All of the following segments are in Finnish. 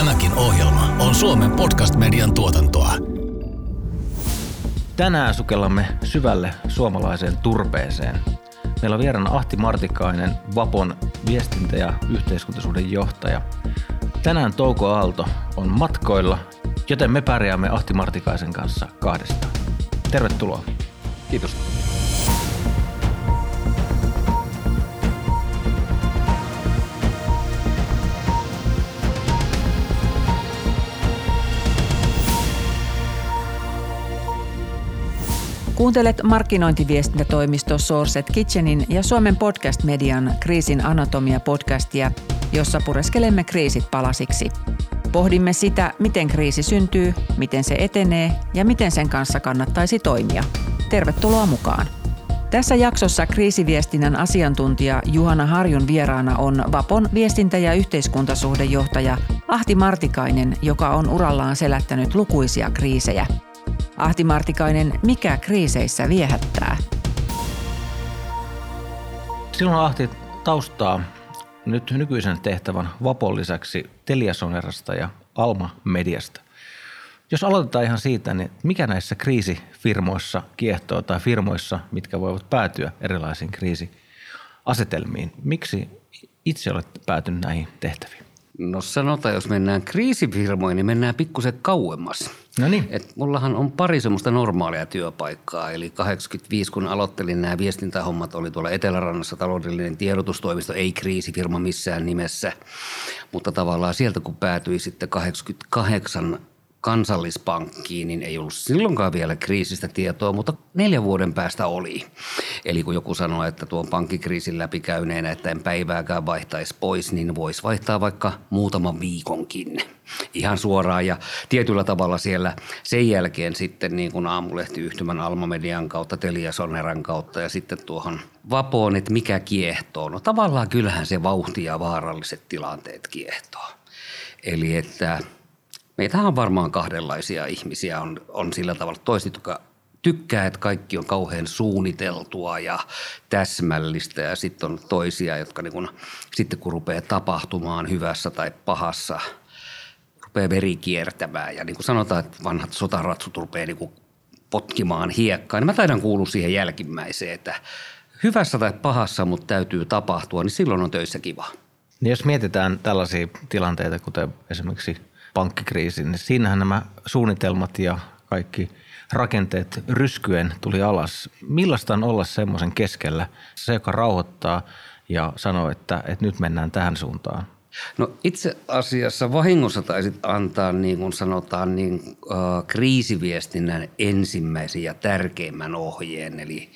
Tämäkin ohjelma on Suomen podcast-median tuotantoa. Tänään sukellamme syvälle suomalaiseen turpeeseen. Meillä on vieraana Ahti Martikainen, Vapon viestintä- ja yhteiskuntasuhden johtaja. Tänään Touko Aalto on matkoilla, joten me pärjäämme Ahti Martikaisen kanssa kahdestaan. Tervetuloa. Kiitos. Kuuntelet markkinointiviestintätoimisto Sourced Kitchenin ja Suomen podcast-median Kriisin anatomia-podcastia, jossa pureskelemme kriisit palasiksi. Pohdimme sitä, miten kriisi syntyy, miten se etenee ja miten sen kanssa kannattaisi toimia. Tervetuloa mukaan. Tässä jaksossa kriisiviestinnän asiantuntija Juhana Harjun vieraana on Vapon viestintä- ja yhteiskuntasuhdejohtaja Ahti Martikainen, joka on urallaan selättänyt lukuisia kriisejä. Ahti Martikainen, mikä kriiseissä viehättää? Silloin Ahti taustaa nyt nykyisen tehtävän Vapon lisäksi Teliasonerasta ja Alma Mediasta. Jos aloitetaan ihan siitä, niin mikä näissä kriisifirmoissa kiehtoo tai firmoissa, mitkä voivat päätyä erilaisiin kriisiasetelmiin? Miksi itse olet päätynyt näihin tehtäviin? No sanotaan, jos mennään kriisifirmoihin, niin mennään pikkusen kauemmas. No niin. Mullahan on pari semmoista normaalia työpaikkaa. Eli 85, kun aloittelin nämä viestintähommat, oli tuolla Etelärannassa taloudellinen tiedotustoimisto, ei kriisifirma missään nimessä. Mutta tavallaan sieltä, kun päätyi sitten 88 Kansallispankkiin, niin ei ollut silloinkaan vielä kriisistä tietoa, mutta 4 vuoden päästä oli. Eli kun joku sanoo, että tuon pankkikriisin läpikäyneenä, että en päivääkään vaihtaisi pois, niin voisi vaihtaa vaikka muutaman viikonkin. Ihan suoraan ja tietyllä tavalla siellä sen jälkeen sitten niin kuin Aamulehtiyhtymän Alma Median kautta, Teliasoneran kautta ja sitten tuohon Vapoon, että mikä kiehtoo. No tavallaan kyllähän se vauhti ja vaaralliset tilanteet kiehtoo. Eli että meitähän on varmaan kahdenlaisia ihmisiä, on sillä tavalla toiset, jotka tykkää, että kaikki on kauhean suunniteltua ja täsmällistä ja sitten on toisia, jotka niin kun, sitten kun rupeaa tapahtumaan hyvässä tai pahassa, rupeaa veri kiertämään ja niin kuin sanotaan, että vanhat sotaratsut rupeaa niin kuin potkimaan hiekkaan, niin mä taidan kuulua siihen jälkimmäiseen, että hyvässä tai pahassa, mutta täytyy tapahtua, niin silloin on töissä kiva. Niin jos mietitään tällaisia tilanteita, kuten esimerkiksi pankkikriisi, niin siinähän nämä suunnitelmat ja kaikki rakenteet ryskyen tuli alas. Millaista on olla semmoisen keskellä, se joka rauhoittaa ja sanoo, että nyt mennään tähän suuntaan? No itse asiassa vahingossa taisit antaa, niin kuin sanotaan, kriisiviestinnän ensimmäisen ja tärkeimmän ohjeen, eli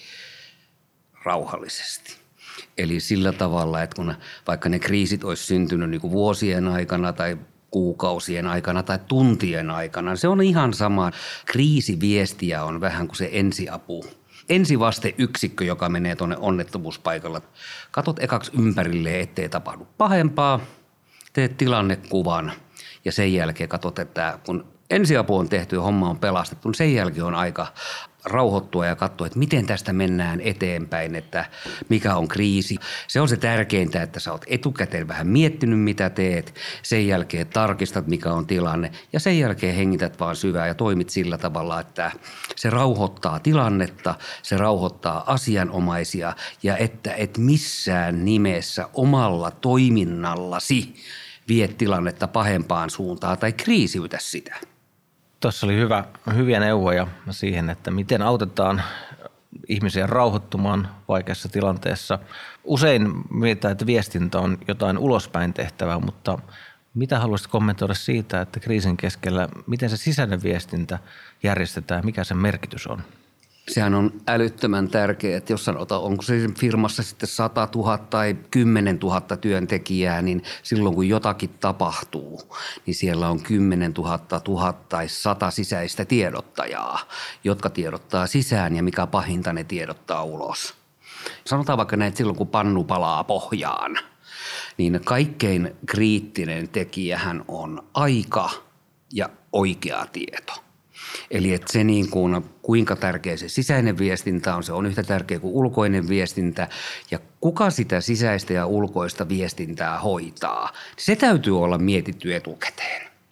rauhallisesti. Eli sillä tavalla, että kun vaikka ne kriisit olisi syntynyt niin kuin vuosien aikana tai kuukausien aikana tai tuntien aikana. Se on ihan sama. Kriisiviestiä on vähän kuin se ensiapu. Ensivasteyksikkö, joka menee tuonne onnettomuuspaikalla. Katot ekaksi ympärille, ettei tapahdu pahempaa. Teet tilannekuvan ja sen jälkeen katsot, että kun ensiapu on tehty ja homma on pelastettu, niin sen jälkeen on aika rauhoittua ja katsoa, että miten tästä mennään eteenpäin, että mikä on kriisi. Se on se tärkeintä, että sä oot etukäteen vähän miettinyt, mitä teet. Sen jälkeen tarkistat, mikä on tilanne ja sen jälkeen hengität vaan syvää ja toimit sillä tavalla, että se rauhoittaa tilannetta, se rauhoittaa asianomaisia ja että et missään nimessä omalla toiminnallasi vie tilannetta pahempaan suuntaan tai kriisiytä sitä. Tuossa oli hyviä neuvoja siihen, että miten autetaan ihmisiä rauhoittumaan vaikeassa tilanteessa. Usein mietitään, että viestintä on jotain ulospäin tehtävää, mutta mitä haluaisit kommentoida siitä, että kriisin keskellä, miten se sisäinen viestintä järjestetään, mikä sen merkitys on? Sehän on älyttömän tärkeää, että jos sanotaan, onko se firmassa sitten 100 000 tai 10 000 työntekijää, niin silloin kun jotakin tapahtuu, niin siellä on 10 000, 1000 tai 100 sisäistä tiedottajaa, jotka tiedottaa sisään ja mikä pahinta ne tiedottaa ulos. Sanotaan vaikka näin, että silloin kun pannu palaa pohjaan, niin kaikkein kriittinen tekijähän on aika ja oikea tieto. Eli että se niin kuin, kuinka tärkeä se sisäinen viestintä on, se on yhtä tärkeä kuin ulkoinen viestintä. Ja kuka sitä sisäistä ja ulkoista viestintää hoitaa, se täytyy olla mietitty etukäteen.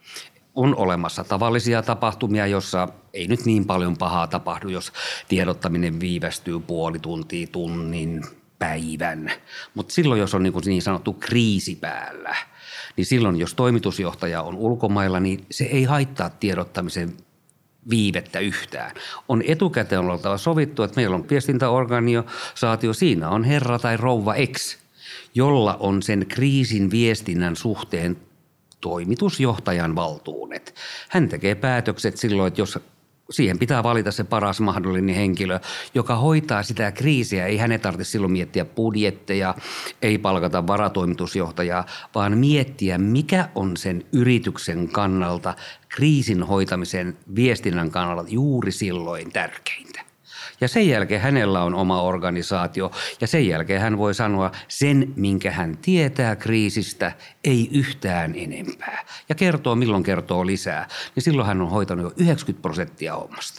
On olemassa tavallisia tapahtumia, jossa ei nyt niin paljon pahaa tapahdu, jos tiedottaminen viivästyy puoli tuntia, tunnin, päivän. Mutta silloin, jos on niin sanottu kriisi päällä, niin silloin, jos toimitusjohtaja on ulkomailla, niin se ei haittaa tiedottamisen viivettä yhtään. On etukäteen oltava sovittu, että meillä on viestintäorganisaatio, siinä on herra tai rouva X, jolla on sen kriisin viestinnän suhteen toimitusjohtajan valtuudet. Hän tekee päätökset silloin, että jos siihen pitää valita se paras mahdollinen henkilö, joka hoitaa sitä kriisiä. Ei hänen tarvitse silloin miettiä budjetteja, ei palkata varatoimitusjohtajaa, vaan miettiä, mikä on sen yrityksen kannalta, kriisin hoitamisen viestinnän kannalta juuri silloin tärkeintä. Ja sen jälkeen hänellä on oma organisaatio ja sen jälkeen hän voi sanoa sen, minkä hän tietää kriisistä, ei yhtään enempää. Ja kertoo, milloin kertoo lisää, niin silloin hän on hoitanut jo 90% hommasta.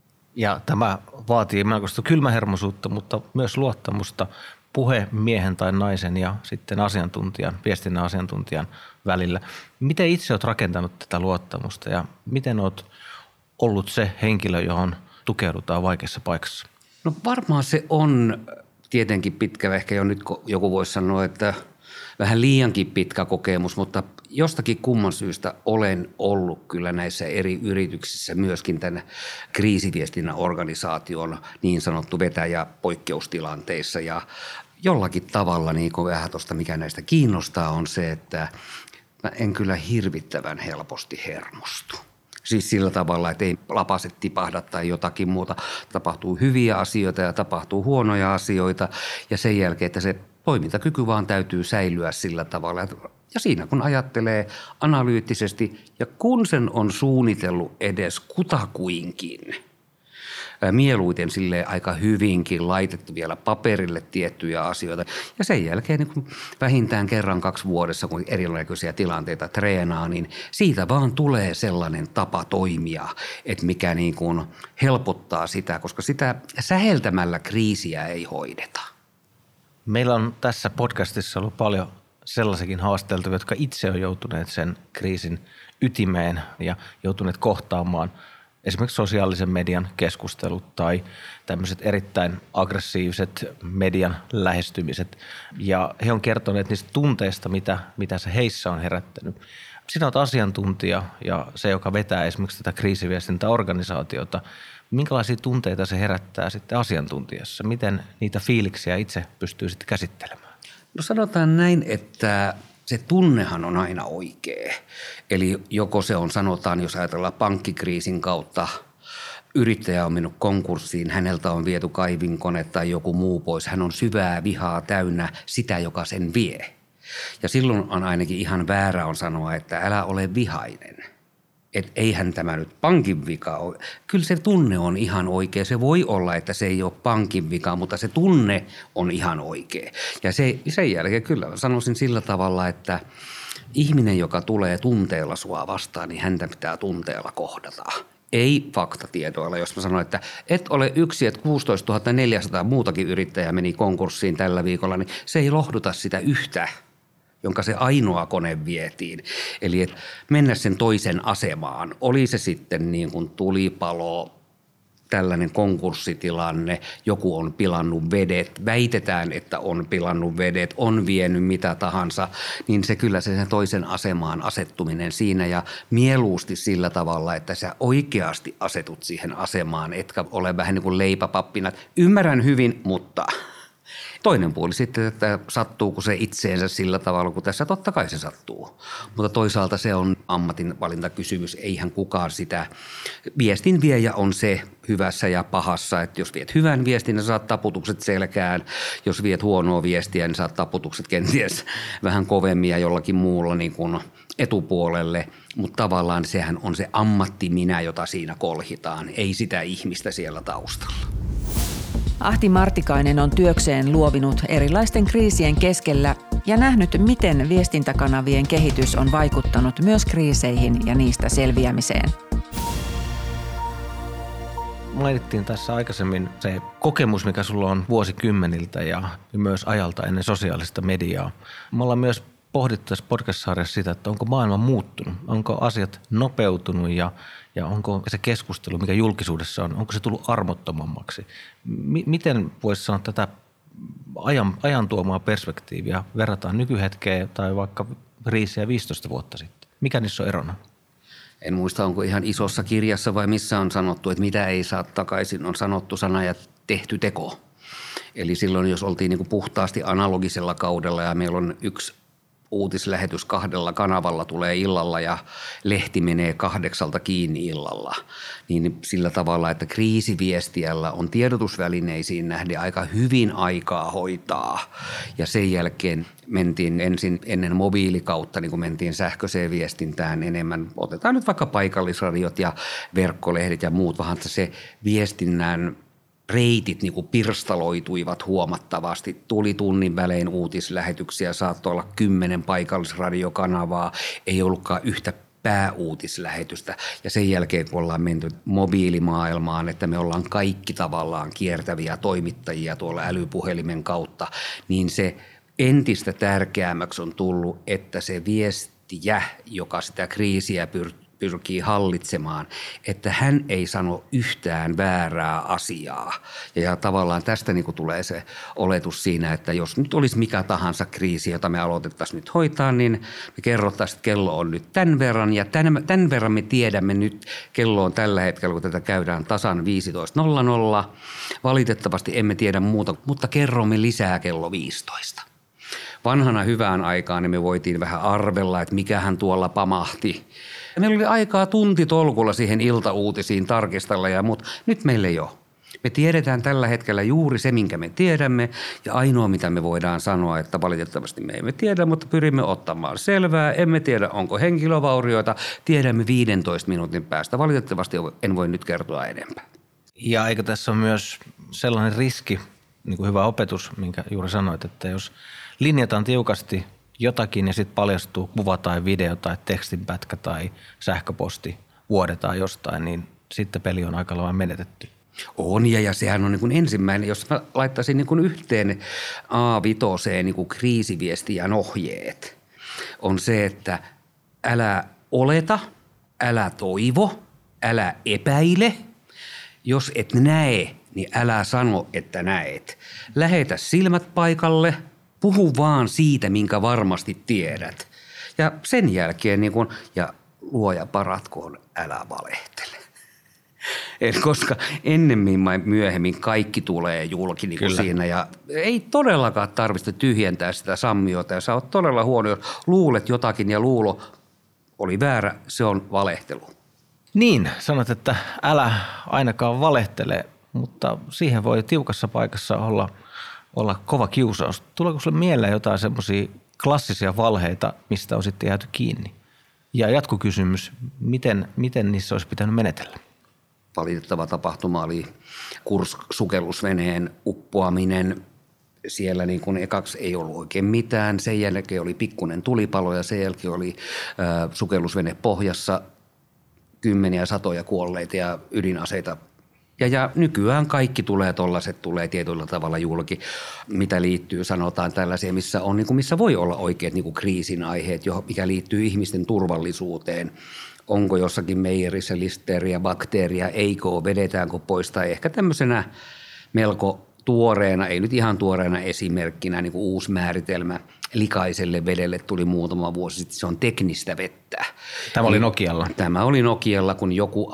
Ja tämä vaatii melkoista kylmähermoisuutta, mutta myös luottamusta puhemiehen tai naisen ja sitten asiantuntijan, viestinnän asiantuntijan välillä. Miten itse olet rakentanut tätä luottamusta ja miten olet ollut se henkilö, johon tukeudutaan vaikeassa paikassa? No varmaan se on tietenkin pitkä, ehkä jo nyt joku voisi sanoa, että vähän liiankin pitkä kokemus, mutta jostakin kumman syystä olen ollut kyllä näissä eri yrityksissä myöskin tämän kriisiviestinnän organisaation niin sanottu vetäjä poikkeustilanteissa ja jollakin tavalla niin kuin vähän tuosta mikä näistä kiinnostaa on se, että mä en kyllä hirvittävän helposti hermostu. Siis sillä tavalla, että ei lapaset tipahda tai jotakin muuta. Tapahtuu hyviä asioita ja tapahtuu huonoja asioita ja sen jälkeen, että se toimintakyky vaan täytyy säilyä sillä tavalla. Ja siinä kun ajattelee analyyttisesti ja kun sen on suunnitellut edes kutakuinkin, mieluiten silleen aika hyvinkin laitettu vielä paperille tiettyjä asioita. Ja sen jälkeen niin vähintään kerran 2 vuodessa, kun erilaisia tilanteita treenaa, niin siitä vaan tulee sellainen tapa toimia, että mikä niin kuin helpottaa sitä, koska sitä säheltämällä kriisiä ei hoideta. Meillä on tässä podcastissa ollut paljon sellaisiakin haasteltavia, jotka itse on joutuneet sen kriisin ytimeen ja joutuneet kohtaamaan esimerkiksi sosiaalisen median keskustelut tai tämmöiset erittäin aggressiiviset median lähestymiset. Ja he on kertoneet niistä tunteista, mitä se heissä on herättänyt. Sinä olet asiantuntija ja se, joka vetää esimerkiksi tätä kriisiviestintäorganisaatiota. Minkälaisia tunteita se herättää sitten asiantuntijassa? Miten niitä fiiliksiä itse pystyy sitten käsittelemään? No sanotaan näin, että se tunnehan on aina oikea. Eli joko se on, sanotaan, jos ajatellaan pankkikriisin kautta, yrittäjä on mennyt konkurssiin, häneltä on viety kaivinkone tai joku muu pois. Hän on syvää vihaa täynnä sitä, joka sen vie. Ja silloin on ainakin ihan väärä on sanoa, että älä ole vihainen. Että eihän tämä nyt pankin vika ole. Kyllä se tunne on ihan oikea. Se voi olla, että se ei ole pankin vika, mutta se tunne on ihan oikea. Ja sen jälkeen kyllä sanoisin sillä tavalla, että ihminen, joka tulee tunteella sua vastaan, niin häntä pitää tunteella kohdata. Ei faktatietoilla. Jos mä sanon, että et ole yksi, että 16 400 muutakin yrittäjää meni konkurssiin tällä viikolla, niin se ei lohduta sitä yhtä, jonka se ainoa kone vietiin. Eli että mennä sen toisen asemaan. Oli se sitten niin kuin tulipalo, tällainen konkurssitilanne, joku on pilannut vedet, väitetään, että on pilannut vedet, on vienyt mitä tahansa, niin se kyllä se sen toisen asemaan asettuminen siinä ja mieluusti sillä tavalla, että sä oikeasti asetut siihen asemaan, etkä ole vähän niin kuin leipäpappina. Ymmärrän hyvin, mutta toinen puoli sitten, että sattuuko se itseensä sillä tavalla, kun tässä totta kai se sattuu. Mutta toisaalta se on ammatinvalintakysymys. Eihän kukaan sitä. Viestin viejä on se hyvässä ja pahassa, että jos viet hyvän viestin, niin saat taputukset selkään. Jos viet huonoa viestiä, niin saat taputukset kenties vähän kovemmia jollakin muulla niin kuin etupuolelle. Mutta tavallaan sehän on se ammattiminä, jota siinä kolhitaan, ei sitä ihmistä siellä taustalla. Ahti Martikainen on työkseen luovinut erilaisten kriisien keskellä ja nähnyt, miten viestintäkanavien kehitys on vaikuttanut myös kriiseihin ja niistä selviämiseen. Mainittiin tässä aikaisemmin se kokemus, mikä sulla on vuosikymmeniltä ja myös ajalta ennen sosiaalista mediaa. Me ollaan myös pohdittu tässä podcast-sarjassa sitä, että onko maailma muuttunut, onko asiat nopeutunut ja onko se keskustelu, mikä julkisuudessa on, onko se tullut armottomammaksi. Miten voisi sanoa tätä ajan tuomaa perspektiiviä, verrataan nykyhetkeen tai vaikka kriisiä 15 vuotta sitten? Mikä niissä on erona? En muista, onko ihan isossa kirjassa vai missä on sanottu, että mitä ei saa takaisin, on sanottu sana ja tehty teko. Eli silloin, jos oltiin niin kuin puhtaasti analogisella kaudella ja meillä on yksi uutislähetys 2 kanavalla tulee illalla ja lehti menee 8 kiinni illalla, niin sillä tavalla, että kriisiviestijällä on tiedotusvälineisiin nähden aika hyvin aikaa hoitaa. Ja sen jälkeen mentiin ensin ennen mobiilikautta, niin kuin mentiin sähköiseen viestintään enemmän. Otetaan nyt vaikka paikallisradiot ja verkkolehdet ja muut, vaan se viestinnän reitit niin kuin pirstaloituivat huomattavasti. Tuli tunnin välein uutislähetyksiä, saattoi olla 10 paikallisradiokanavaa, ei ollutkaan yhtä pääuutislähetystä. Ja sen jälkeen, kun ollaan menty mobiilimaailmaan, että me ollaan kaikki tavallaan kiertäviä toimittajia tuolla älypuhelimen kautta, niin se entistä tärkeämmäksi on tullut, että se viestijä, joka sitä kriisiä pyrkii hallitsemaan, että hän ei sano yhtään väärää asiaa. Ja tavallaan tästä niin kuin tulee se oletus siinä, että jos nyt olisi mikä tahansa kriisi, jota me aloitettaisiin nyt hoitaa, niin me kerrottaisiin, että kello on nyt tämän verran ja tämän verran me tiedämme nyt, kello on tällä hetkellä, kun tätä käydään tasan 15.00. Valitettavasti emme tiedä muuta, mutta kerromme lisää kello 15. Vanhana hyvään aikaan niin me voitiin vähän arvella, että mikähän tuolla pamahti. Meillä oli aikaa tuntitolkulla siihen iltauutisiin tarkistella ja muut. Nyt meillä ei ole. Me tiedetään tällä hetkellä juuri se, minkä me tiedämme ja ainoa, mitä me voidaan sanoa, että valitettavasti me emme tiedä, mutta pyrimme ottamaan selvää. Emme tiedä, onko henkilövaurioita. Tiedämme 15 minuutin päästä. Valitettavasti en voi nyt kertoa enempää. Ja eikö tässä ole myös sellainen riski, niin kuin hyvä opetus, minkä juuri sanoit, että jos linjataan tiukasti jotakin ja sitten paljastuu kuva tai video tai tekstinpätkä tai sähköposti, vuodetaan jostain, niin sitten peli on aika lailla menetetty. On ja sehän on niin kuin ensimmäinen, jos mä laittaisin niin kuin yhteen A5 niin kuin kriisiviestijän ohjeet, on se, että älä oleta, älä toivo, älä epäile. Jos et näe, niin älä sano, että näet. Lähetä silmät paikalle. Puhu vaan siitä, minkä varmasti tiedät. Ja sen jälkeen, niin kun, ja luoja paratkoon, älä valehtele. Koska ennemmin vai myöhemmin kaikki tulee julki niin kuin siinä. Ja ei todellakaan tarvitse tyhjentää sitä sammiota. Ja sä oot todella huono, jos luulet jotakin ja luulo oli väärä, se on valehtelu. Niin, sanot, että älä ainakaan valehtele, mutta siihen voi tiukassa paikassa olla kova kiusaus. Tuleeko sinulle mieleen jotain semmoisia klassisia valheita, mistä on sitten jääty kiinni? Ja jatkokysymys, miten niissä olisi pitänyt menetellä? Valitettava tapahtuma oli sukellusveneen uppoaminen. Siellä niin kuin ekaksi ei ollut oikein mitään. Sen jälkeen oli pikkuinen tulipalo ja sen jälkeen oli sukellusvene pohjassa, kymmeniä satoja kuolleita ja ydinaseita. Ja nykyään kaikki tollaiset tulee tietyllä tavalla julki, mitä liittyy, sanotaan tällaisia, missä voi olla oikeat niin kuin kriisin aiheet, mikä liittyy ihmisten turvallisuuteen. Onko jossakin meijerissä listeeriä, bakteeria, eikö vedetäänkö pois tai ehkä tämmöisenä melko tuoreena, ei nyt ihan tuoreena esimerkkinä, niin kuin uusi määritelmä likaiselle vedelle tuli muutama vuosi sitten, se on teknistä vettä. Tämä oli Nokialla. Tämä oli Nokialla, kun joku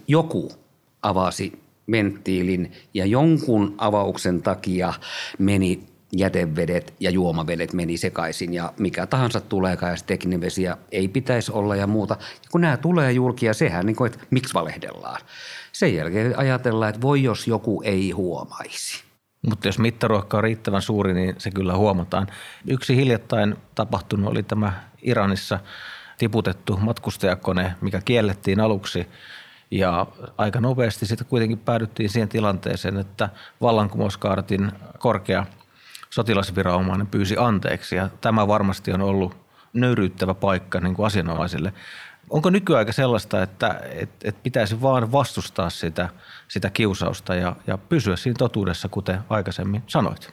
avasi venttiilin ja jonkun avauksen takia meni jätevedet ja juomavedet meni sekaisin ja mikä tahansa tuleekaan ja tekninen vesiä ei pitäisi olla ja muuta. Ja kun nämä tulee julki ja sehän, niin kuin, että miksi valehdellaan. Sen jälkeen ajatellaan, että voi jos joku ei huomaisi. Mutta jos mittaruokka on riittävän suuri, niin se kyllä huomataan. Yksi hiljattain tapahtunut oli tämä Iranissa tiputettu matkustajakone, mikä kiellettiin aluksi. Ja aika nopeasti sitten kuitenkin päädyttiin siihen tilanteeseen, että vallankumouskaartin korkea sotilasviranomainen pyysi anteeksi. Ja tämä varmasti on ollut nöyryyttävä paikka niin kuin asianomaisille. Onko nykyaika sellaista, että pitäisi vaan vastustaa sitä kiusausta ja pysyä siinä totuudessa, kuten aikaisemmin sanoit?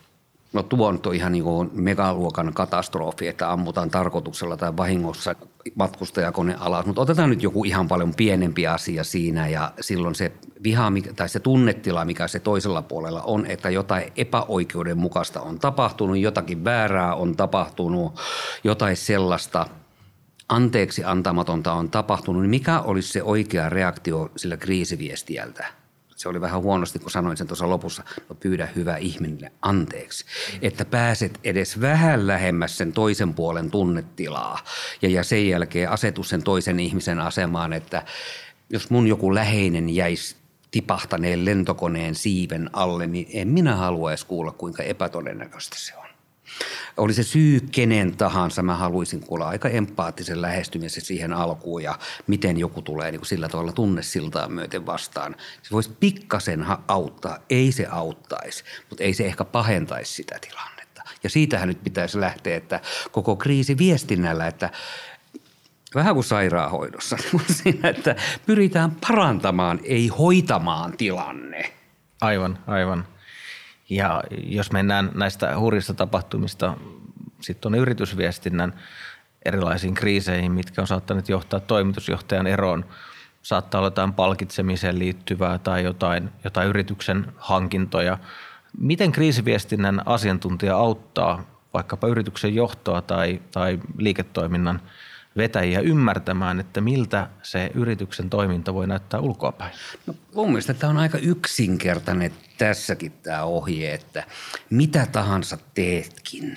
No tuo on ihan niin kuin megaluokan katastrofi, että ammutaan tarkoituksella tai vahingossa matkustajakone alas, mutta otetaan nyt joku ihan paljon pienempi asia siinä ja silloin se viha tai se tunnetila, mikä se toisella puolella on, että jotain epäoikeudenmukaista on tapahtunut, jotakin väärää on tapahtunut, jotain sellaista anteeksi antamatonta on tapahtunut, niin mikä olisi se oikea reaktio sillä kriisiviestijältä? Se oli vähän huonosti, kun sanoin sen tuossa lopussa, no pyydä hyvä ihminen anteeksi, että pääset edes vähän lähemmäs sen toisen puolen tunnetilaa ja sen jälkeen asetu sen toisen ihmisen asemaan, että jos mun joku läheinen jäisi tipahtaneen lentokoneen siiven alle, niin en minä haluaisi kuulla, kuinka epätodennäköistä se on. Oli se syy kenen tahansa, mä haluaisin kuulla aika empaattisen lähestymisen siihen alkuun ja miten joku tulee niin kuin sillä tavalla tunnesiltaan myöten vastaan. Se voisi pikkasen auttaa, ei se auttaisi, mutta ei se ehkä pahentaisi sitä tilannetta. Ja siitähän nyt pitäisi lähteä, että koko kriisi viestinnällä, että vähän kuin sairaanhoidossa, siinä, että pyritään parantamaan, ei hoitamaan tilanne. Aivan. Ja jos mennään näistä hurjista tapahtumista sitten tuonne yritysviestinnän erilaisiin kriiseihin, mitkä on saattanut johtaa toimitusjohtajan eroon, saattaa olla jotain palkitsemiseen liittyvää tai jotain yrityksen hankintoja. Miten kriisiviestinnän asiantuntija auttaa vaikkapa yrityksen johtoa tai liiketoiminnan vetäjiä ymmärtämään, että miltä se yrityksen toiminta voi näyttää ulkoapäin? No, mun mielestä tämä on aika yksinkertainen tässäkin tämä ohje, että mitä tahansa teetkin.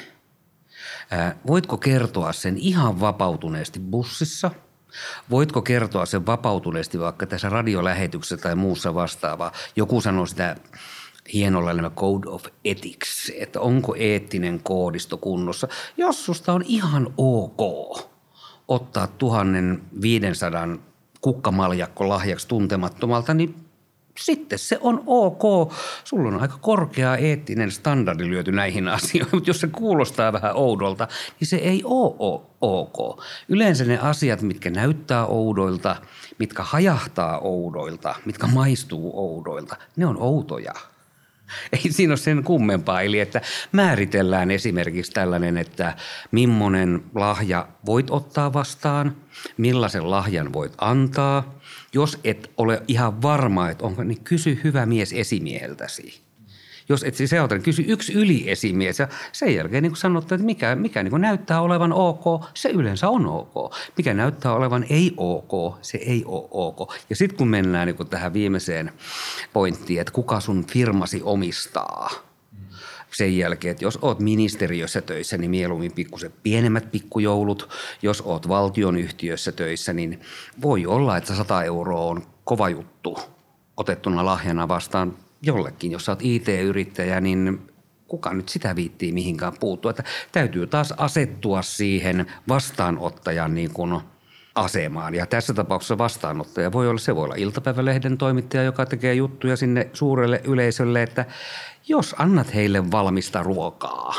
Voitko kertoa sen ihan vapautuneesti bussissa? Voitko kertoa sen vapautuneesti vaikka tässä radiolähetyksessä tai muussa vastaavaa? Joku sanoo sitä hienolla nimellä Code of Ethics, että onko eettinen koodisto kunnossa. Jos susta on ihan ok ottaa 1500 kukkamaljakko lahjaksi tuntemattomalta, niin sitten se on ok. Sulla on aika korkea eettinen standardi lyöty näihin asioihin, mutta jos se kuulostaa vähän oudolta, niin se ei ole ok. Yleensä ne asiat, mitkä näyttää oudoilta, mitkä hajahtaa oudoilta, mitkä maistuu oudoilta, ne on outoja. Ei siinä ole sen kummempaa, eli että määritellään esimerkiksi tällainen, että millainen lahja voit ottaa vastaan, millaisen lahjan voit antaa. Jos et ole ihan varma, että onko, niin kysy hyvä mies esimieheltäsi. Jos et siis ota, niin kysy yksi yliesimies ja sen jälkeen niin sanottu, että mikä niin näyttää olevan ok, se yleensä on ok. Mikä näyttää olevan ei ok, se ei ole ok. Ja sitten kun mennään niin tähän viimeiseen pointtiin, että kuka sun firmasi omistaa, sen jälkeen, että jos oot ministeriössä töissä, niin mieluummin pikkusen pienemmät pikkujoulut. Jos oot valtionyhtiössä töissä, niin voi olla, että 100 € on kova juttu otettuna lahjana vastaan jollekin. Jos sä oot IT-yrittäjä, niin kuka nyt sitä viittii mihinkään puuttua. Että täytyy taas asettua siihen vastaanottajan niin kuin asemaan. Ja tässä tapauksessa vastaanottaja voi olla iltapäivälehden toimittaja, joka tekee juttuja sinne suurelle yleisölle, että jos annat heille valmista ruokaa,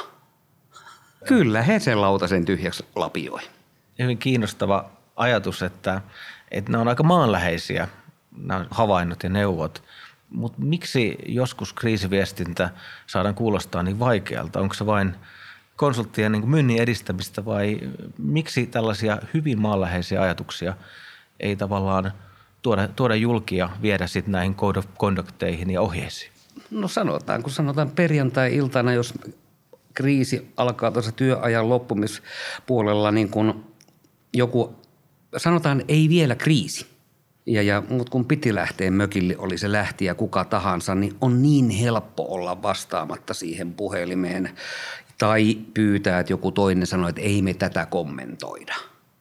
kyllä he sen lautasen tyhjäksi lapioi. Hyvin kiinnostava ajatus, että nämä on aika maanläheisiä, nämä havainnot ja neuvot. Mutta miksi joskus kriisiviestintä saadaan kuulostaa niin vaikealta? Onko se vain konsulttien niin kuin myynnin edistämistä vai miksi tällaisia hyvin maanläheisiä ajatuksia ei tavallaan tuoda julki ja viedä sitten näihin code of conducteihin ja ohjeisiin? No kun sanotaan perjantai-iltana, jos kriisi alkaa tuossa työajan loppumispuolella, niin kun joku, sanotaan ei vielä kriisi, mutta kun piti lähteä mökille, oli se lähtiä kuka tahansa, niin on niin helppo olla vastaamatta siihen puhelimeen tai pyytää, että joku toinen sanoo, että ei me tätä kommentoida.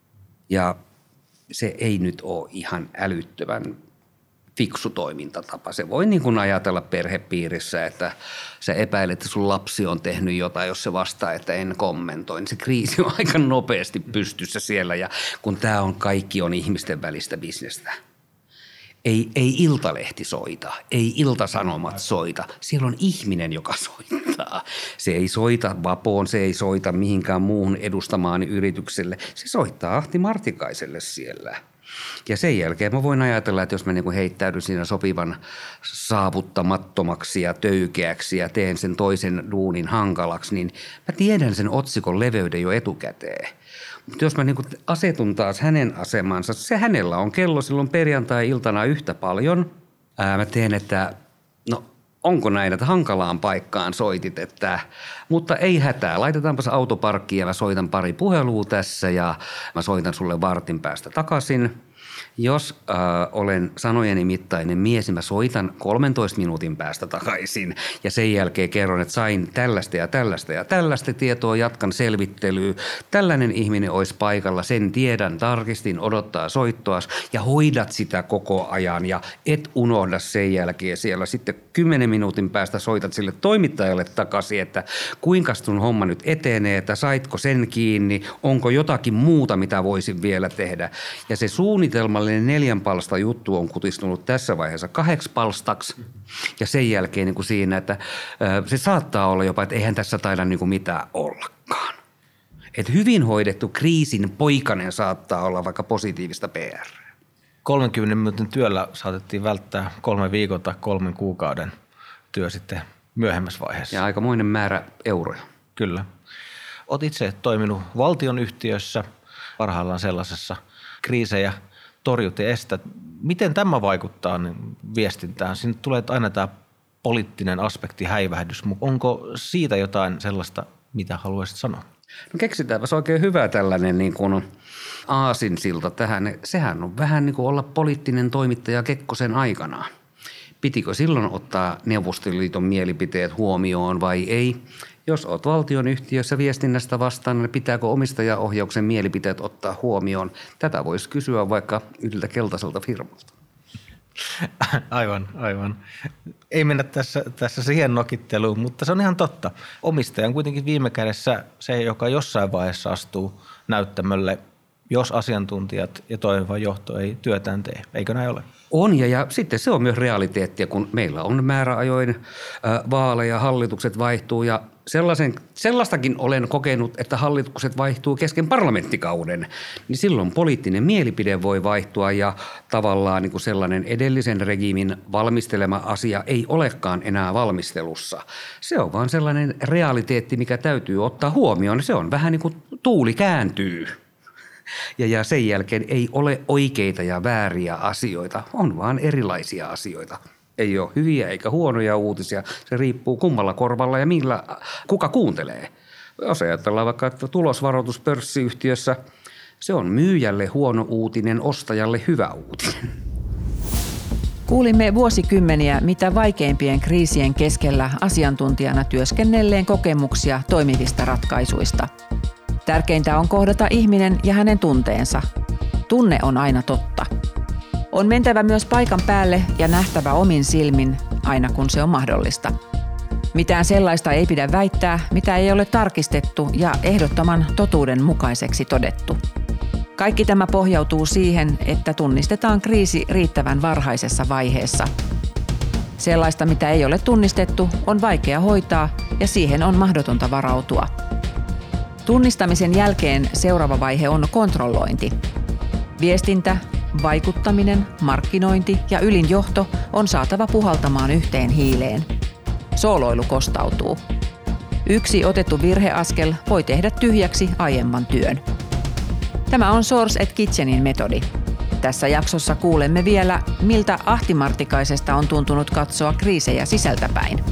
Ja se ei nyt ole ihan älyttömän fiksu toimintatapa. Se voi niin kuin ajatella perhepiirissä, että sä epäilet, että sun lapsi on tehnyt jotain, jos se vastaa, että en kommentoi. Niin se kriisi on aika nopeasti pystyssä siellä ja kun tämä on kaikki on ihmisten välistä bisnestä. Ei Iltalehti soita, ei Iltasanomat soita. Siellä on ihminen, joka soittaa. Se ei soita Vapoon, se ei soita mihinkään muuhun edustamaan yritykselle. Se soittaa Ahti Martikaiselle siellä. Ja sen jälkeen mä voin ajatella, että jos mä niin kuin heittäydyn siinä sopivan saavuttamattomaksi ja töykeäksi ja teen sen toisen duunin hankalaksi, niin mä tiedän sen otsikon leveyden jo etukäteen. Mutta jos mä niin kuin asetun taas hänen asemansa, se hänellä on kello silloin perjantai-iltana yhtä paljon. Mä teen, että no onko näin, että hankalaan paikkaan soitit, mutta ei hätää. Laitetaanpas autoparkkiin ja mä soitan pari puhelua tässä ja mä soitan sulle vartin päästä takaisin. Jos olen sanojeni mittainen mies, niin mä soitan 13 minuutin päästä takaisin ja sen jälkeen kerron, että sain tällaista ja tällaista ja tällaista tietoa, jatkan selvittelyä. Tällainen ihminen olisi paikalla, sen tiedän, tarkistin, odottaa soittoas ja hoidat sitä koko ajan ja et unohda sen jälkeen siellä. Sitten 10 minuutin päästä soitat sille toimittajalle takaisin, että kuinka sun homma nyt etenee, että saitko sen kiinni, onko jotakin muuta, mitä voisin vielä tehdä. Ja se suunnitelmallinen 4 palsta juttu on kutistunut tässä vaiheessa 8 palstaksi ja sen jälkeen niin kuin siinä, että se saattaa olla jopa, että eihän tässä taida niin kuin mitään ollakaan. Että hyvin hoidettu kriisin poikainen saattaa olla vaikka positiivista PR. 30 minuutin työllä saatettiin välttää 3 viikon tai 3 kuukauden työ sitten myöhemmässä vaiheessa. Ja aikamoinen määrä euroja. Kyllä. Olet itse toiminut valtionyhtiössä, parhaillaan sellaisessa kriisejä torjut ja estät. Miten tämä vaikuttaa viestintään? Sinne tulee aina tämä poliittinen aspekti, häivähdys. Onko siitä jotain sellaista, mitä haluaisit sanoa? No keksitäänpäs oikein hyvä tällainen niin kuin aasinsilta tähän. Sehän on vähän niin kuin olla poliittinen toimittaja Kekkosen aikana. Pitikö silloin ottaa Neuvostoliiton mielipiteet huomioon vai ei? Jos olet valtionyhtiössä viestinnästä vastaan, niin pitääkö omistajaohjauksen mielipiteet ottaa huomioon? Tätä voisi kysyä vaikka yhdeltä keltaiselta firmalta. Aivan. Ei mennä tässä siihen nokitteluun, mutta se on ihan totta. Omistaja on kuitenkin viime kädessä se, joka jossain vaiheessa astuu näyttämölle, jos asiantuntijat ja toimiva johto ei työtään tee. Eikö näin ole? On ja sitten se on myös realiteettia, kun meillä on määräajoin vaaleja, hallitukset vaihtuu ja sellaistakin olen kokenut, että hallitukset vaihtuu kesken parlamenttikauden, niin silloin poliittinen mielipide voi vaihtua ja tavallaan niin kuin sellainen edellisen regiimin valmistelema asia ei olekaan enää valmistelussa. Se on vaan sellainen realiteetti, mikä täytyy ottaa huomioon. Se on vähän niin kuin tuuli kääntyy. Ja sen jälkeen ei ole oikeita ja vääriä asioita, on vaan erilaisia asioita. Ei ole hyviä eikä huonoja uutisia, se riippuu kummalla korvalla ja kuka kuuntelee. Jos ajatellaan vaikka, että tulosvaroitus pörssiyhtiössä, se on myyjälle huono uutinen, ostajalle hyvä uutinen. Kuulimme vuosikymmeniä mitä vaikeimpien kriisien keskellä asiantuntijana työskennelleen kokemuksia toimivista ratkaisuista. Tärkeintä on kohdata ihminen ja hänen tunteensa. Tunne on aina totta. On mentävä myös paikan päälle ja nähtävä omin silmin, aina kun se on mahdollista. Mitään sellaista ei pidä väittää, mitä ei ole tarkistettu ja ehdottoman totuuden mukaiseksi todettu. Kaikki tämä pohjautuu siihen, että tunnistetaan kriisi riittävän varhaisessa vaiheessa. Sellaista, mitä ei ole tunnistettu, on vaikea hoitaa ja siihen on mahdotonta varautua. Tunnistamisen jälkeen seuraava vaihe on kontrollointi. Viestintä, vaikuttaminen, markkinointi ja ylin johto on saatava puhaltamaan yhteen hiileen. Sooloilu kostautuu. Yksi otettu virheaskel voi tehdä tyhjäksi aiemman työn. Tämä on Source & Kitchenin metodi. Tässä jaksossa kuulemme vielä, miltä Ahti on katsoa kriisejä sisältäpäin.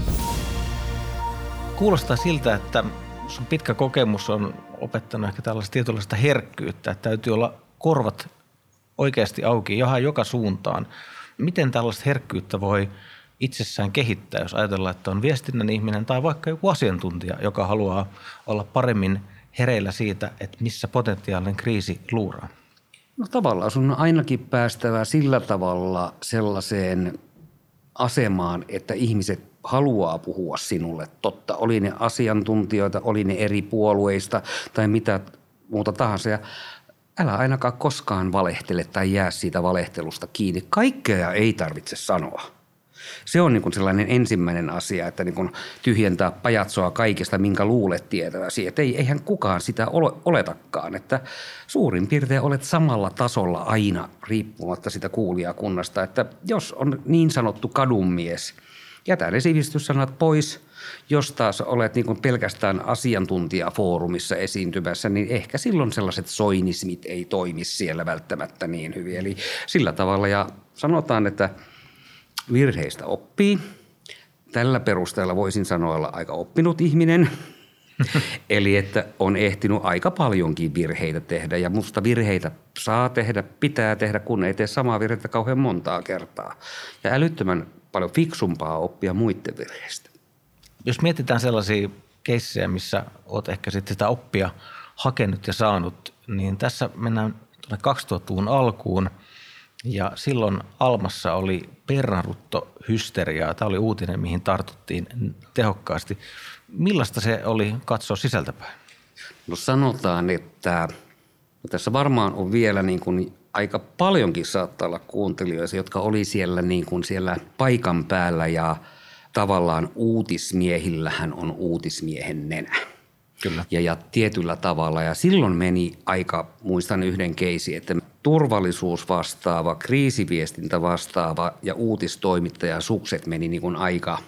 Kuulostaa siltä, että sun pitkä kokemus on opettanut ehkä tällaista tietynlaista herkkyyttä, että täytyy olla korvat oikeasti auki joka suuntaan. Miten tällaista herkkyyttä voi itsessään kehittää, jos ajatellaan, että on viestinnän ihminen tai vaikka joku asiantuntija, joka haluaa olla paremmin hereillä siitä, että missä potentiaalinen kriisi luuraa? No tavallaan sun on ainakin päästävä sillä tavalla sellaiseen asemaan, että ihmiset haluaa puhua sinulle totta. Oli ne asiantuntijoita, oli ne eri puolueista tai mitä muuta tahansa. Ja älä ainakaan koskaan valehtele tai jää siitä valehtelusta kiinni. Kaikkea ei tarvitse sanoa. Se on niin kuin sellainen ensimmäinen asia, että niin kuin tyhjentää pajatsoa kaikesta, minkä luulet tietäväsi. Että eihän kukaan sitä oletakaan, että suurin piirtein olet samalla tasolla aina riippumatta sitä kuulijakunnasta. Että jos on niin sanottu kadunmies, jätä ne sivistyssanat pois. Jos taas olet niin kuin pelkästään asiantuntijafoorumissa esiintymässä, niin ehkä silloin sellaiset soinismit ei toimi siellä välttämättä niin hyvin. Eli sillä tavalla ja sanotaan, että virheistä oppii. Tällä perusteella voisin sanoa olla aika oppinut ihminen. Eli että on ehtinyt aika paljonkin virheitä tehdä ja musta virheitä saa tehdä, pitää tehdä, kun ei tee samaa virhettä kauhean montaa kertaa. Ja älyttömän paljon fiksumpaa oppia muiden virheistä. Jos mietitään sellaisia keissejä, missä olet ehkä sitten sitä oppia hakenut ja saanut, niin tässä mennään 2000-luvun alkuun ja silloin Almassa oli pernaruttohysteriaa. Tämä oli uutinen, mihin tartuttiin tehokkaasti. Millaista se oli katsoa sisältäpäin? No sanotaan, että tässä varmaan on vielä niin kuin aika paljonkin saattaa olla kuuntelijoita, jotka oli siellä, niin kuin siellä paikan päällä ja tavallaan uutismiehillähän on uutismiehen nenä. Kyllä. Ja tietyllä tavalla. Ja silloin meni aika, muistan yhden keisi, että turvallisuus vastaava, kriisiviestintä vastaava ja uutistoimittaja sukset meni niin kuin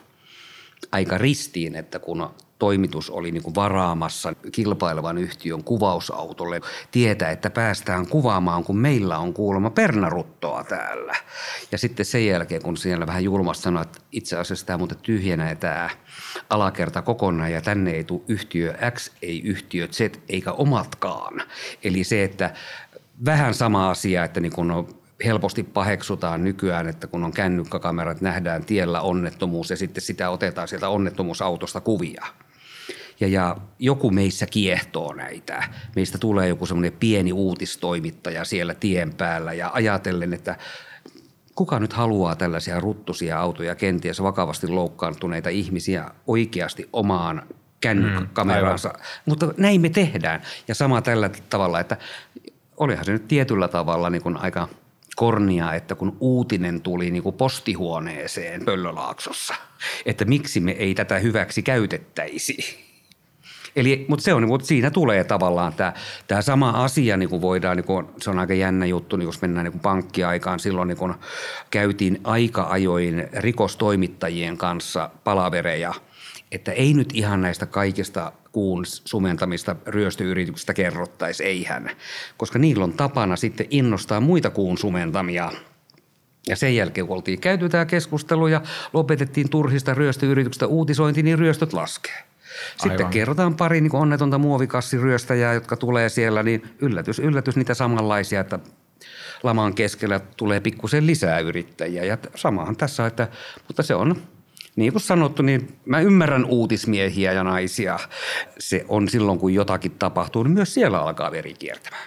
aika ristiin, että kun toimitus oli niin kuin varaamassa kilpailevan yhtiön kuvausautolle tietä, että päästään kuvaamaan, kun meillä on kuulemma pernaruttoa täällä. Ja sitten sen jälkeen, kun siellä vähän julmasti sanoi, että itse asiassa tämä muuten tyhjenee tämä alakerta kokonaan ja tänne ei tule yhtiö X, ei yhtiö Z eikä omatkaan. Eli se, että vähän sama asia, että niin kun helposti paheksutaan nykyään, että kun on kännykkäkamerat, nähdään tiellä onnettomuus ja sitten sitä otetaan sieltä onnettomuusautosta kuvia. Ja joku meissä kiehtoo näitä. Meistä tulee joku semmoinen pieni uutistoimittaja siellä tien päällä ja ajatellen, että kuka nyt haluaa tällaisia ruttusia autoja, kenties vakavasti loukkaantuneita ihmisiä oikeasti omaan kännykkäkameransa. Mutta näin me tehdään. Ja sama tällä tavalla, että olihan se nyt tietyllä tavalla niin kuin aika kornia, että kun uutinen tuli niin kuin postihuoneeseen Pöllölaaksossa, että miksi me ei tätä hyväksi käytettäisi. Eli, mutta se on, mutta siinä tulee tavallaan tämä sama asia, niin kuin voidaan, niin kuin, se on aika jännä juttu, niin jos mennään niin kuin pankkiaikaan, silloin niin kuin käytiin aika ajoin rikostoimittajien kanssa palavereja, että ei nyt ihan näistä kaikista kuun sumentamista ryöstöyrityksistä kerrottaisi, eihän, koska niillä on tapana sitten innostaa muita kuun sumentamia. Ja sen jälkeen, kun oltiin käyty tämä keskustelu ja lopetettiin turhista ryöstöyrityksistä uutisointi, niin ryöstöt laskee. Sitten Aivan. Kerrotaan pari niin onnetonta muovikassiryöstäjää, jotka tulee siellä, niin yllätys niitä samanlaisia, että laman keskellä tulee pikkusen lisää yrittäjiä. Ja samahan tässä, että, mutta se on, niin kuin sanottu, niin mä ymmärrän uutismiehiä ja naisia. Se on silloin, kun jotakin tapahtuu, niin myös siellä alkaa veri kiertämään.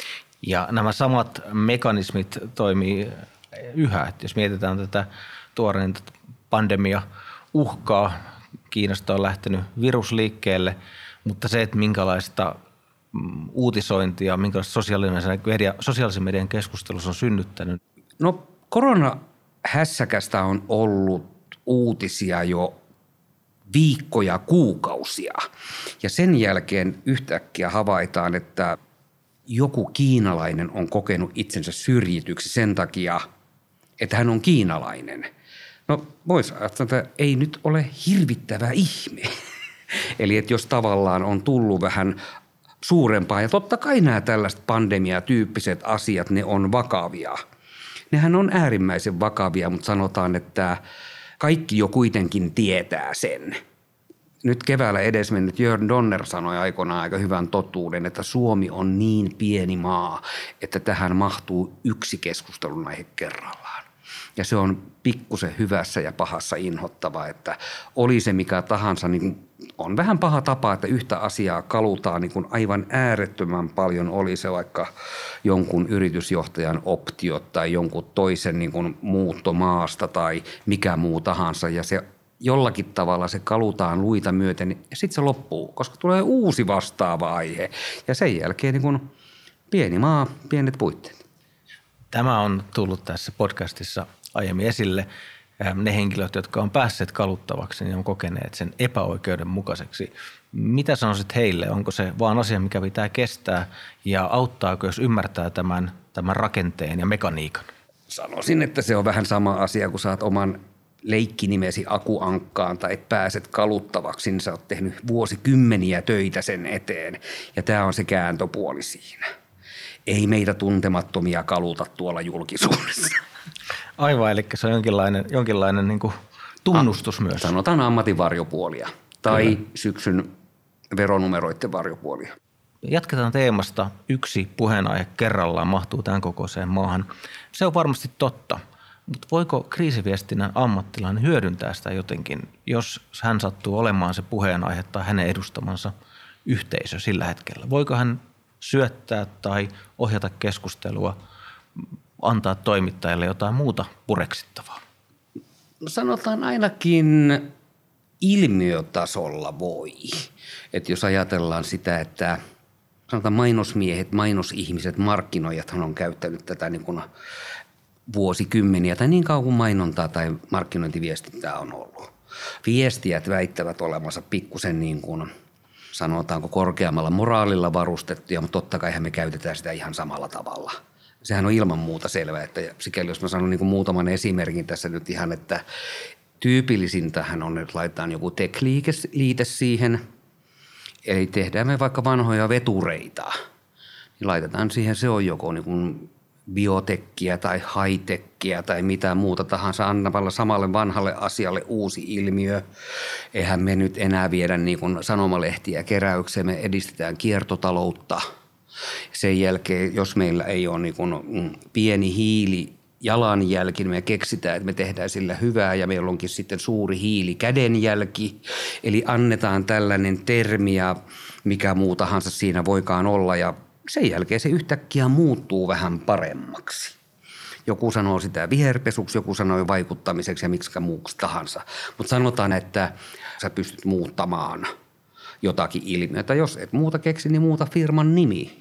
Ja nämä samat mekanismit toimii yhä. Että jos mietitään tätä tuoreen pandemia uhkaa, Kiinasta on lähtenyt virus liikkeelle, mutta se, että minkälaista uutisointia, minkälaista sosiaalisen median keskustelussa on synnyttänyt. No koronahässäkästä on ollut uutisia jo viikkoja, kuukausia ja sen jälkeen yhtäkkiä havaitaan, että joku kiinalainen on kokenut itsensä syrjityksi sen takia, että hän on kiinalainen. No voisi ajatella, että ei nyt ole hirvittävä ihme. Eli että jos tavallaan on tullut vähän suurempaa ja totta kai nämä tällaiset pandemiatyyppiset asiat, ne on vakavia. Nehän on äärimmäisen vakavia, mutta sanotaan, että kaikki jo kuitenkin tietää sen. Nyt keväällä edesmennyt Jörn Donner sanoi aikoinaan aika hyvän totuuden, että Suomi on niin pieni maa, että tähän mahtuu yksi keskustelunaihe kerrallaan. Ja se on pikkusen hyvässä ja pahassa inhottava, että oli se mikä tahansa, niin on vähän paha tapa, että yhtä asiaa kalutaan niin kuin aivan äärettömän paljon, oli se vaikka jonkun yritysjohtajan optiot tai jonkun toisen niin kuin muutto maasta tai mikä muu tahansa ja se jollakin tavalla se kalutaan luita myöten ja sitten se loppuu, koska tulee uusi vastaava aihe ja sen jälkeen niin kuin pieni maa, pienet puitteet. Tämä on tullut tässä podcastissa aiemmin esille. ne henkilöt, jotka on päässeet kaluttavaksi, niin on kokeneet sen epäoikeudenmukaiseksi. Mitä sanoisit heille? Onko se vaan asia, mikä pitää kestää ja auttaako, jos ymmärtää tämän rakenteen ja mekaniikan? Sanoisin, että se on vähän sama asia, kun saat oman leikkinimesi akuankkaan tai pääset kaluttavaksi, niin sä oot tehnyt vuosikymmeniä töitä sen eteen. Ja tämä on se kääntöpuoli siinä. Ei meitä tuntemattomia kaluta tuolla julkisuudessa. Aivan, eli se on jonkinlainen niin kuin tunnustus myös. Sanotaan ammatin varjopuolia tai syksyn veronumeroiden varjopuolia. Jatketaan teemasta. Yksi puheenaihe kerrallaan mahtuu tämän kokoiseen maahan. Se on varmasti totta, mutta voiko kriisiviestinnän ammattilainen hyödyntää sitä jotenkin, jos hän sattuu olemaan se puheenaihe tai hänen edustamansa yhteisö sillä hetkellä? Voiko hän syöttää tai ohjata keskustelua, antaa toimittajalle jotain muuta pureksittavaa? Sanotaan ainakin ilmiötasolla voi. Että jos ajatellaan sitä, että sanotaan mainosmiehet, mainosihmiset, markkinoijathan on käyttänyt tätä niin kuin vuosikymmeniä tai niin kauan kuin mainontaa tai markkinointiviestintää on ollut. Viestijät väittävät olevansa pikkusen niin kuin sanotaanko korkeammalla moraalilla varustettuja, mutta totta kai me käytetään sitä ihan samalla tavalla. Sehän on ilman muuta selvää, että sikäli jos mä sanon niin kuin muutaman esimerkin tässä nyt ihan, että tyypillisintähän on, että laitetaan joku tech-liite siihen, eli tehdään me vaikka vanhoja vetureita, niin laitetaan siihen, se on joko niin kuin biotekkiä tai high-techia tai mitä muuta tahansa annavalla samalle vanhalle asialle uusi ilmiö. Eihän me nyt enää viedä niin kuin sanomalehtiä keräykseen, me edistetään kiertotaloutta. Sen jälkeen, jos meillä ei ole niin kuin pieni hiilijalanjälki, niin me keksitään, että me tehdään sillä hyvää ja meillä onkin sitten suuri hiilikädenjälki. Eli annetaan tällainen termi ja mikä muu tahansa siinä voikaan olla ja sen jälkeen se yhtäkkiä muuttuu vähän paremmaksi. Joku sanoo sitä viherpesuksi, joku sanoo vaikuttamiseksi ja miksikä muuksi tahansa. Mutta sanotaan, että sä pystyt muuttamaan jotakin ilmiötä. Jos et muuta keksi, niin muuta firman nimi.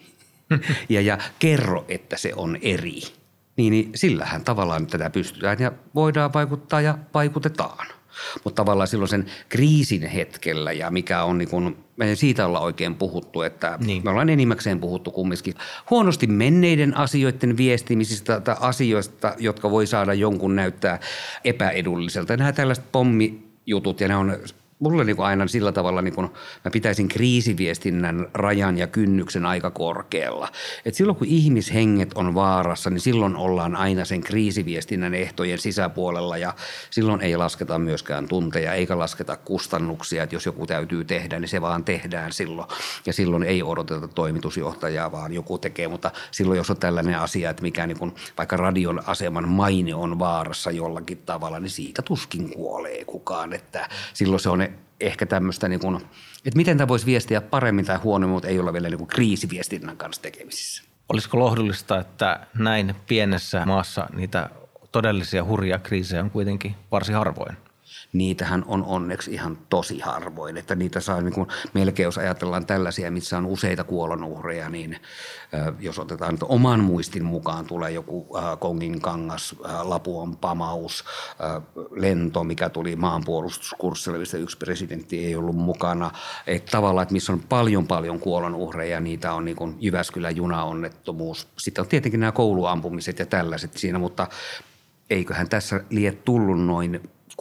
ja kerro, että se on eri. Niin sillähän tavallaan tätä pystytään ja voidaan vaikuttaa ja vaikutetaan. Mutta tavallaan silloin sen kriisin hetkellä ja mikä on niin kuin, me siitä ollaan oikein puhuttu, että niin. Me ollaan enimmäkseen puhuttu kumminkin huonosti menneiden asioiden viestimisistä tai asioista, jotka voi saada jonkun näyttää epäedulliselta. Nämä tällaiset pommijutut ja ne on mulle niin kuin aina sillä tavalla, niin kuin mä pitäisin kriisiviestinnän rajan ja kynnyksen aika korkealla. Et silloin kun ihmishenget on vaarassa, niin silloin ollaan aina sen kriisiviestinnän ehtojen sisäpuolella ja silloin ei lasketa myöskään tunteja eikä lasketa kustannuksia. Että jos joku täytyy tehdä, niin se vaan tehdään silloin. Ja silloin ei odoteta toimitusjohtajaa, vaan joku tekee. Mutta silloin jos on tällainen asia, että mikä niin kuin vaikka radion aseman maine on vaarassa jollakin tavalla, niin siitä tuskin kuolee kukaan. Että silloin se on ehkä tämmöistä, niin kuin, että miten tämä voisi viestiä paremmin tai huonommin, mutta ei ole vielä niin kuin kriisiviestinnän kanssa tekemisissä. Olisiko lohdullista, että näin pienessä maassa niitä todellisia hurjia kriisejä on kuitenkin varsin harvoin? Niitähän on onneksi ihan tosi harvoin, että niitä saa niin kuin, melkein jos ajatellaan tällaisia, missä on useita kuolonuhreja, niin jos otetaan nyt oman muistin mukaan tulee joku Kongin kangas, Lapuan pamaus, lento, mikä tuli maanpuolustuskurssille, missä yksi presidentti ei ollut mukana. Että tavallaan, että missä on paljon kuolonuhreja, niitä on niin kuin Jyväskylän junaonnettomuus. Sitten on tietenkin nämä kouluampumiset ja tällaiset siinä, mutta eiköhän tässä lie tullut noin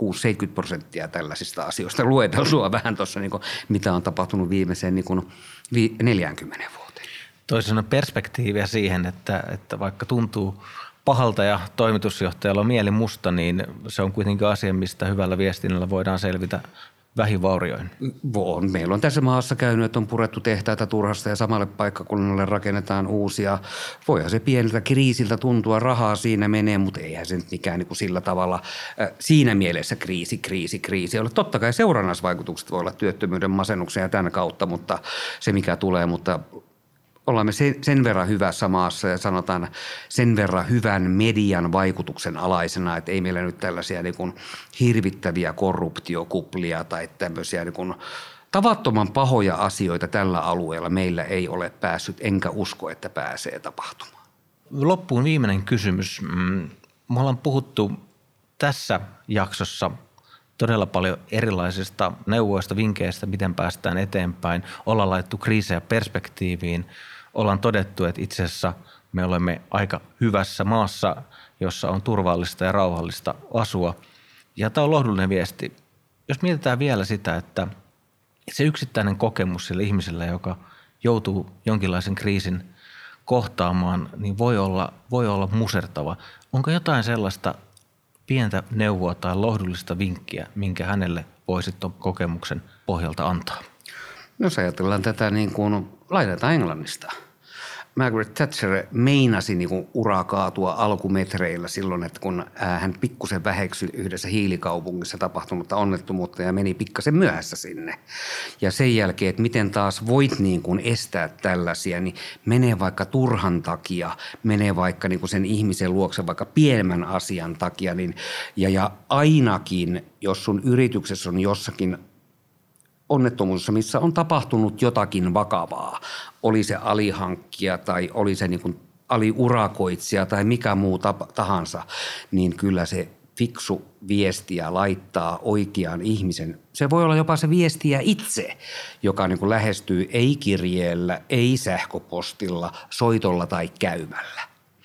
60-70% tällaisista asioista. Luetellaan vähän tuossa, niin mitä on tapahtunut viimeiseen niin 40 vuoteen. Toisaalta perspektiiviä siihen, että vaikka tuntuu pahalta ja toimitusjohtajalla on mieli musta, niin se on kuitenkin asia, mistä hyvällä viestinnällä voidaan selvitä vähivaurioin. Meillä on tässä maassa käynyt, että on purettu tehtaita turhasta ja samalle paikkakunnalle rakennetaan uusia. Voihan se pieneltä kriisiltä tuntua, rahaa siinä menee, mutta eihän se nyt mikään niin kuin sillä tavalla siinä mielessä kriisi ole. Totta kai seurannaisvaikutukset voi olla työttömyyden, masennuksen ja tämän kautta, mutta se mikä tulee, mutta ollaan me sen verran hyvässä maassa ja sanotaan sen verran hyvän median vaikutuksen alaisena, että ei meillä nyt tällaisia niin kuin hirvittäviä korruptiokuplia tai tämmöisiä niin kuin tavattoman pahoja asioita tällä alueella meillä ei ole päässyt, enkä usko, että pääsee tapahtumaan. Loppuun viimeinen kysymys. Me ollaan puhuttu tässä jaksossa todella paljon erilaisista neuvoista, vinkkeistä, miten päästään eteenpäin. Ollaan laitettu kriisejä perspektiiviin. Ollaan todettu, että itse asiassa me olemme aika hyvässä maassa, jossa on turvallista ja rauhallista asua. Ja tämä on lohdullinen viesti. Jos mietitään vielä sitä, että se yksittäinen kokemus sille ihmiselle, joka joutuu jonkinlaisen kriisin kohtaamaan, niin voi olla musertava. Onko jotain sellaista pientä neuvoa tai lohdullista vinkkiä, minkä hänelle voisit tuon kokemuksen pohjalta antaa? Jos ajatellaan tätä niin kuin lainataan Englannista. Margaret Thatcher meinasi niin kuin ura kaatua alkumetreillä silloin, että kun hän pikkusen väheksyi yhdessä hiilikaupungissa tapahtunutta onnettomuutta ja meni pikkasen myöhässä sinne. Ja sen jälkeen, että miten taas voit niin kuin estää tällaisia, niin menee vaikka turhan takia, menee vaikka niin kuin sen ihmisen luokse vaikka pienemmän asian takia. Niin, ja ainakin, jos sun yrityksessä on jossakin onnettomuudessa, missä on tapahtunut jotakin vakavaa, oli se alihankkija tai oli se niin kuin aliurakoitsija tai mikä muu tahansa, niin kyllä se fiksu viestiä laittaa oikean ihmisen. Se voi olla jopa se viestiä itse, joka niin kuin lähestyy ei kirjeellä, ei sähköpostilla, soitolla tai käymällä.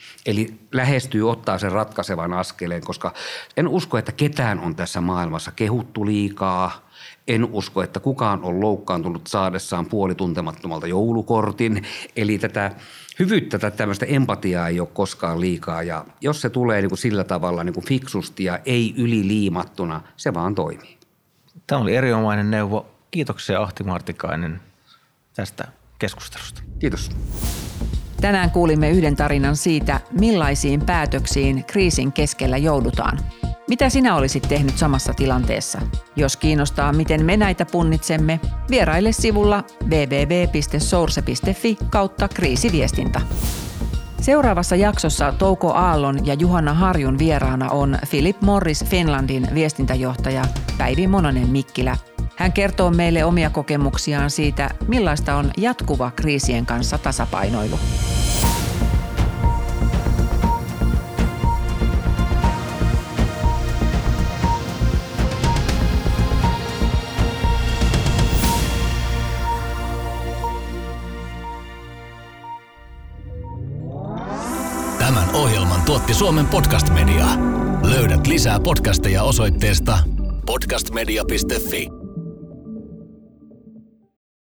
Eli lähestyy, ottaa sen ratkaisevan askeleen, koska en usko, että ketään on tässä maailmassa kehuttu liikaa. En usko, että kukaan on loukkaantunut saadessaan puolituntemattomalta joulukortin. Eli tätä hyvyyttä tai tämmöistä empatiaa ei ole koskaan liikaa. Ja jos se tulee niin kuin sillä tavalla niin kuin fiksusti ja ei yliliimattuna, se vaan toimii. Tämä oli erinomainen neuvo. Kiitoksia Ahti Martikainen tästä keskustelusta. Kiitos. Tänään kuulimme yhden tarinan siitä, millaisiin päätöksiin kriisin keskellä joudutaan. Mitä sinä olisit tehnyt samassa tilanteessa? Jos kiinnostaa, miten me näitä punnitsemme, vieraile sivulla www.source.fi/kriisiviestintä. Seuraavassa jaksossa Touko Aallon ja Juhana Harjun vieraana on Philip Morris Finlandin viestintäjohtaja Päivi Mononen-Mikkilä. Hän kertoo meille omia kokemuksiaan siitä, millaista on jatkuva kriisien kanssa tasapainoilu. Tämän ohjelman tuotti Suomen Podcast Media. Löydät lisää podcasteja osoitteesta podcastmedia.fi.